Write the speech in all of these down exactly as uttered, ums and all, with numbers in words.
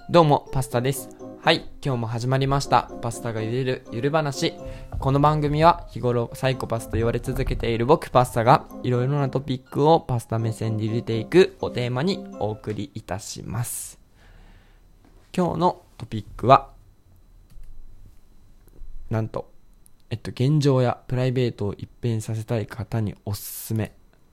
どうもパスタです。はい、今日も始まりましたパスタが茹でるゆる話。この番組は日頃サイコパスと言われ続けている僕パスタがいろいろなトピックをパスタ目線で入れていくをテーマにお送りいたします。今日のトピックはなんとえっと現状やプライベートを一変させたい方におすすめ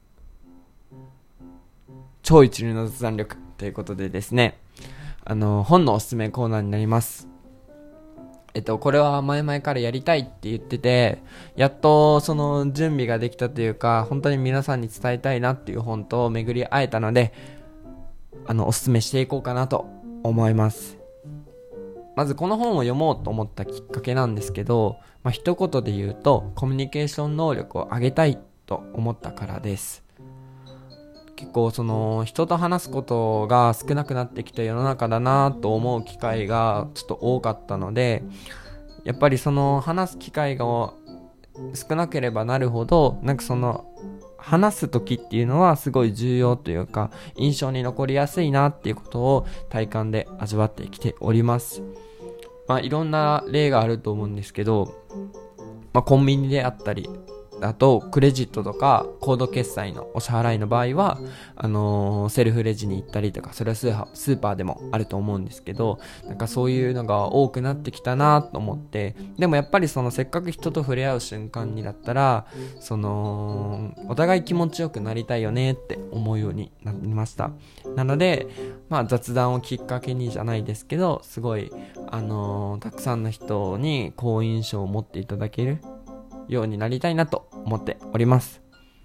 超一流の雑談力ということでですね、あの本のおすすめコーナーになります。えっとこれは前々からやりたいって言ってて、やっとその準備ができたというか、本当に皆さんに伝えたいなっていう本と巡り会えたので、あのおすすめしていこうかなと思います。まずこの本を読もうと思ったきっかけなんですけど、まあ、一言で言うとコミュニケーション能力を上げたいと思ったからです。結構その人と話すことが少なくなってきた世の中だなと思う機会がちょっと多かったので、やっぱりその話す機会が少なければなるほど、なんかその話す時っていうのはすごい重要というか印象に残りやすいなっていうことを体感で味わってきております。まあいろんな例があると思うんですけど、まあコンビニであったり、あとクレジットとかコード決済のお支払いの場合はあのー、セルフレジに行ったりとか、それはスーパー、スーパーでもあると思うんですけど、なんかそういうのが多くなってきたなと思って、でもやっぱりそのせっかく人と触れ合う瞬間にだったら、そのお互い気持ちよくなりたいよねって思うようになりました。なので、まあ、雑談をきっかけにじゃないですけど、すごいあのー、たくさんの人に好印象を持っていただけるようになりたいなと思っております。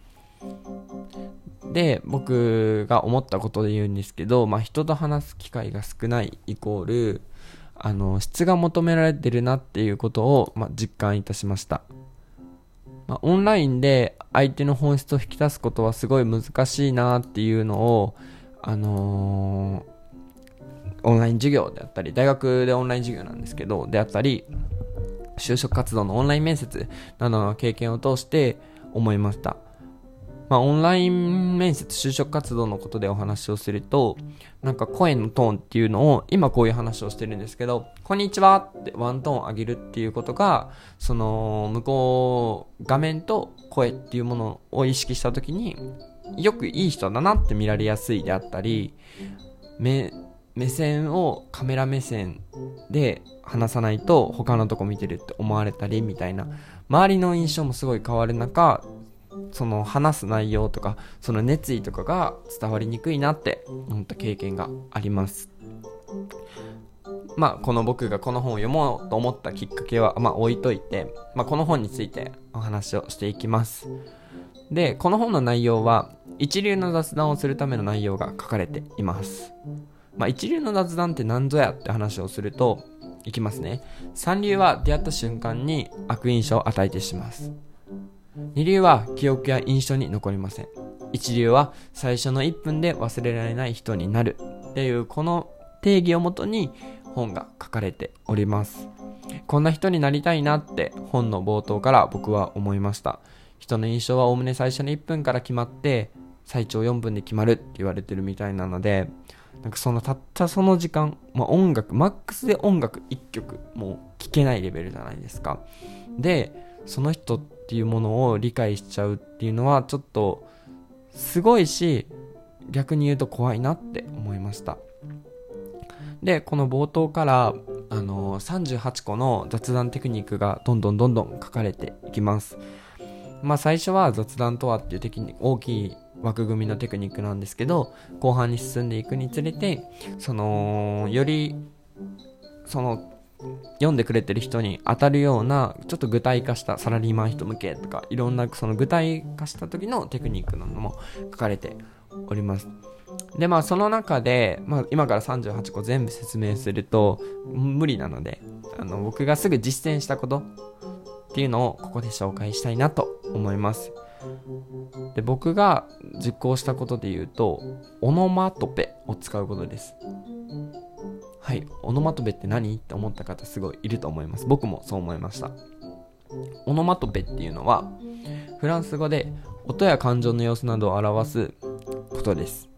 で、僕が思ったことで言うんですけど、まあ、人と話す機会が少ないイコールあの質が求められてるなっていうことを、まあ、実感いたしました。まあ、オンラインで相手の本質を引き出すことはすごい難しいなっていうのを、あのー、オンライン授業であったり、大学でオンライン授業なんですけどであったり、就職活動のオンライン面接などの経験を通して思いました。まあ、オンライン面接、就職活動のことでお話をすると、なんか声のトーンっていうのを、今こういう話をしてるんですけど、こんにちはってワントーン上げるっていうことが、その向こう画面と声っていうものを意識したときに、よくいい人だなって見られやすいであったり、目目線をカメラ目線で話さないと他のとこ見てるって思われたりみたいな、周りの印象もすごい変わる中、その話す内容とかその熱意とかが伝わりにくいなって思った経験があります。まあこの僕がこの本を読もうと思ったきっかけはまあ置いといて、まあ、この本についてお話をしていきます。で、この本の内容は一流の雑談をするための内容が書かれています。まあ、一流の雑談って何ぞやって話をすると、いきますね。三流は出会った瞬間に悪印象を与えてしまいます。二流は記憶や印象に残りません。一流は最初のいっぷんで忘れられない人になるっていう、この定義をもとに本が書かれております。こんな人になりたいなって本の冒頭から僕は思いました。人の印象はおおむね最初のいっぷんから決まって最長よんぷんで決まるって言われてるみたいなので、なんかそのたったその時間、まあ、音楽マックスで音楽いっきょくもう聴けないレベルじゃないですか。でその人っていうものを理解しちゃうっていうのはちょっとすごいし、逆に言うと怖いなって思いました。でこの冒頭からあのさんじゅうはちこの雑談テクニックがどんどんどんどん書かれていきます。まあ最初は雑談とはっていうテクニック、大きい枠組みのテクニックなんですけど、後半に進んでいくにつれて、そのよりその読んでくれてる人に当たるようなちょっと具体化したサラリーマン人向けとか、いろんなその具体化した時のテクニックなのも書かれております。でまあその中で、まあ、今からさんじゅうはちこ全部説明すると無理なので、あの僕がすぐ実践したことっていうのをここで紹介したいなと思います。で僕が実行したことで言うと、オノマトペを使うことです。はい、オノマトペって何って思った方すごいいると思います。僕もそう思いました。オノマトペっていうのはフランス語で音や感情の様子などを表すことです。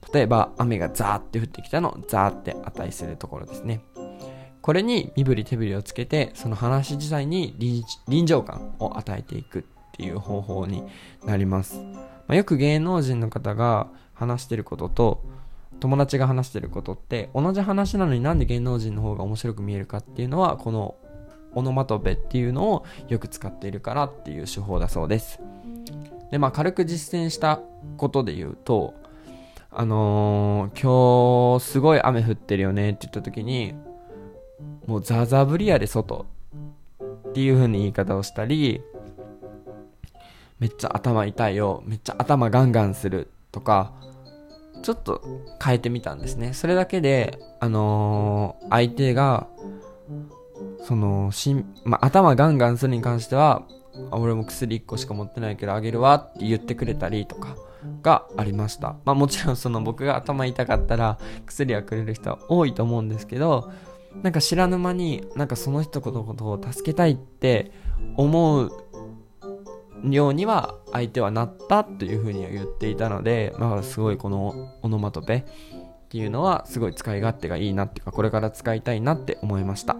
例えば雨がザーって降ってきたのをザーって値するところですね。これに身振り手振りをつけて、その話自体に 臨, 臨場感を与えていくっていう方法になります。まあ、よく芸能人の方が話してることと友達が話してることって同じ話なのになんで芸能人の方が面白く見えるかっていうのは、このオノマトペっていうのをよく使っているからっていう手法だそうです。で、まあ軽く実践したことで言うと、あのー、今日すごい雨降ってるよねって言った時に、もうザーザー降りやで外っていう風に言い方をしたり、めっちゃ頭痛いよ、めっちゃ頭ガンガンするとか、ちょっと変えてみたんですね。それだけで、あのー、相手がそのしん、まあ、頭ガンガンするに関しては、俺も薬いっこしか持ってないけどあげるわって言ってくれたりとかがありました。まあもちろんその僕が頭痛かったら薬はくれる人は多いと思うんですけど、なんか知らぬ間になんかその人のことを助けたいって思うようには相手はなったというふうには言っていたので、まあすごいこのオノマトペっていうのはすごい使い勝手がいいなっていうか、これから使いたいなって思いました。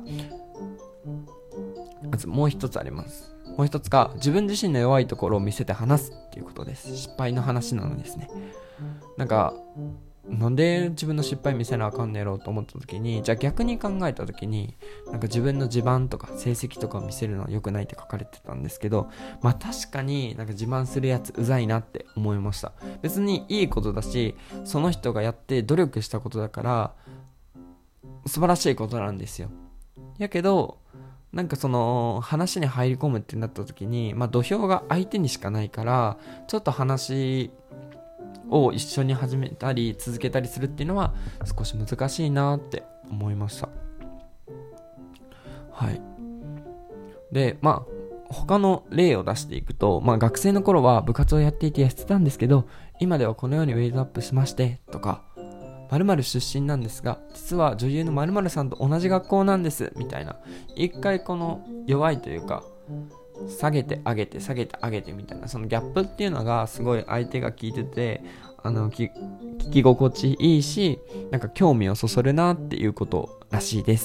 まずもう一つあります。もう一つが自分自身の弱いところを見せて話すっていうことです。失敗の話なのですね。なんかなんで自分の失敗見せなあかんねやろうと思った時に、じゃあ逆に考えた時に、なんか自分の自慢とか成績とかを見せるのは良くないって書かれてたんですけど、まあ確かになんか自慢するやつうざいなって思いました。別にいいことだし、その人がやって努力したことだから素晴らしいことなんですよ。やけどなんかその話に入り込むってなった時に、まあ土俵が相手にしかないから、ちょっと話を一緒に始めたり続けたりするっていうのは少し難しいなって思いました。はい。で、まあ他の例を出していくと、まあ学生の頃は部活をやっていて痩せてたんですけど、今ではこのようにウェイトアップしましてとか、〇〇出身なんですが実は女優の〇〇さんと同じ学校なんですみたいな、一回この弱いというか下げて上げて下げて上げてみたいな、そのギャップっていうのがすごい相手が聞いてて、あの聞き心地いいし、なんか興味をそそるなっていうことらしいです。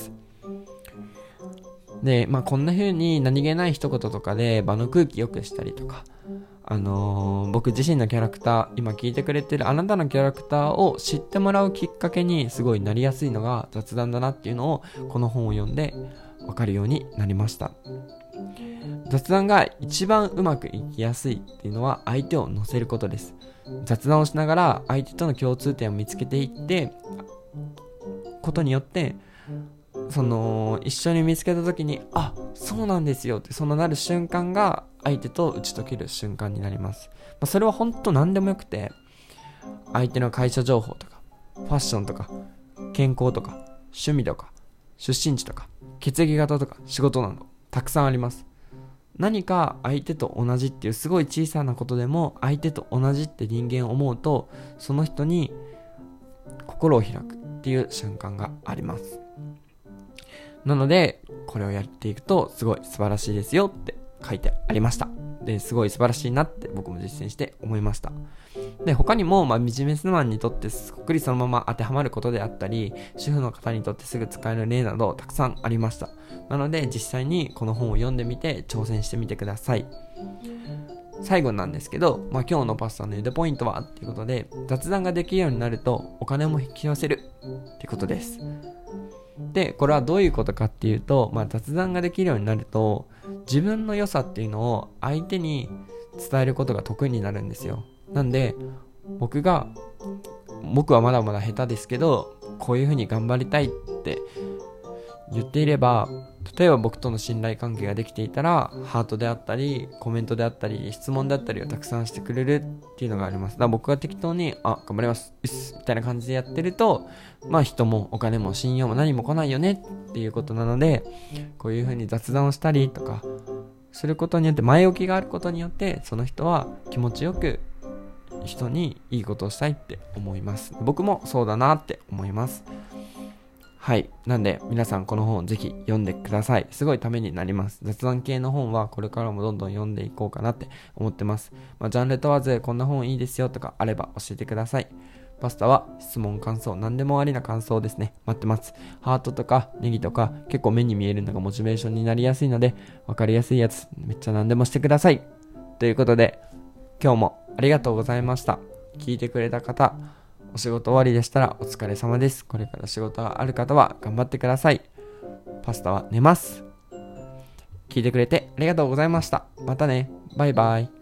で、まあこんな風に何気ない一言とかで場の空気良くしたりとか、あのー、僕自身のキャラクター、今聞いてくれてるあなたのキャラクターを知ってもらうきっかけにすごいなりやすいのが雑談だなっていうのをこの本を読んで分かるようになりました。雑談が一番うまくいきやすいっていうのは相手を乗せることです。雑談をしながら相手との共通点を見つけていってことによって、その一緒に見つけた時に、あ、そうなんですよってそのなる瞬間が相手と打ち解ける瞬間になります。まあ、それは本当何でもよくて、相手の会社情報とかファッションとか健康とか趣味とか出身地とか血液型とか仕事などたくさんあります。何か相手と同じっていうすごい小さなことでも相手と同じって人間思うと、その人に心を開くっていう瞬間があります。なのでこれをやっていくとすごい素晴らしいですよって書いてありました。ですごい素晴らしいなって僕も実践して思いました。で他にも、まあ、ビジネスマンにとってそっくりそのまま当てはまることであったり、主婦の方にとってすぐ使える例などたくさんありました。なので実際にこの本を読んでみて挑戦してみてください。最後なんですけど、まあ、今日のパスタのゆでポイントはっていうことで、雑談ができるようになるとお金も引き寄せるってことです。でこれはどういうことかっていうと、まあ、雑談ができるようになると自分の良さっていうのを相手に伝えることが得意になるんですよ。なんで僕が僕はまだまだ下手ですけどこういう風に頑張りたいって言っていれば、例えば僕との信頼関係ができていたらハートであったりコメントであったり質問であったりをたくさんしてくれるっていうのがあります。だから僕が適当にあ頑張りますうっすみたいな感じでやってると、まあ人もお金も信用も何も来ないよねっていうことなので、こういう風に雑談をしたりとかすることによって、前置きがあることによってその人は気持ちよく人にいいことをしたいって思います。僕もそうだなって思います。はい。なんで皆さんこの本をぜひ読んでください。すごいためになります。雑談系の本はこれからもどんどん読んでいこうかなって思ってます。まあ、ジャンル問わずこんな本いいですよとかあれば教えてください。 パスタは質問、感想、何でもありな感想ですね。待ってます。ハートとかネギとか結構目に見えるのがモチベーションになりやすいので、わかりやすいやつめっちゃ何でもしてください。ということで、今日もありがとうございました。聞いてくれた方、お仕事終わりでしたらお疲れ様です。これから仕事がある方は頑張ってください。パスタは寝ます。聞いてくれてありがとうございました。またね。バイバイ。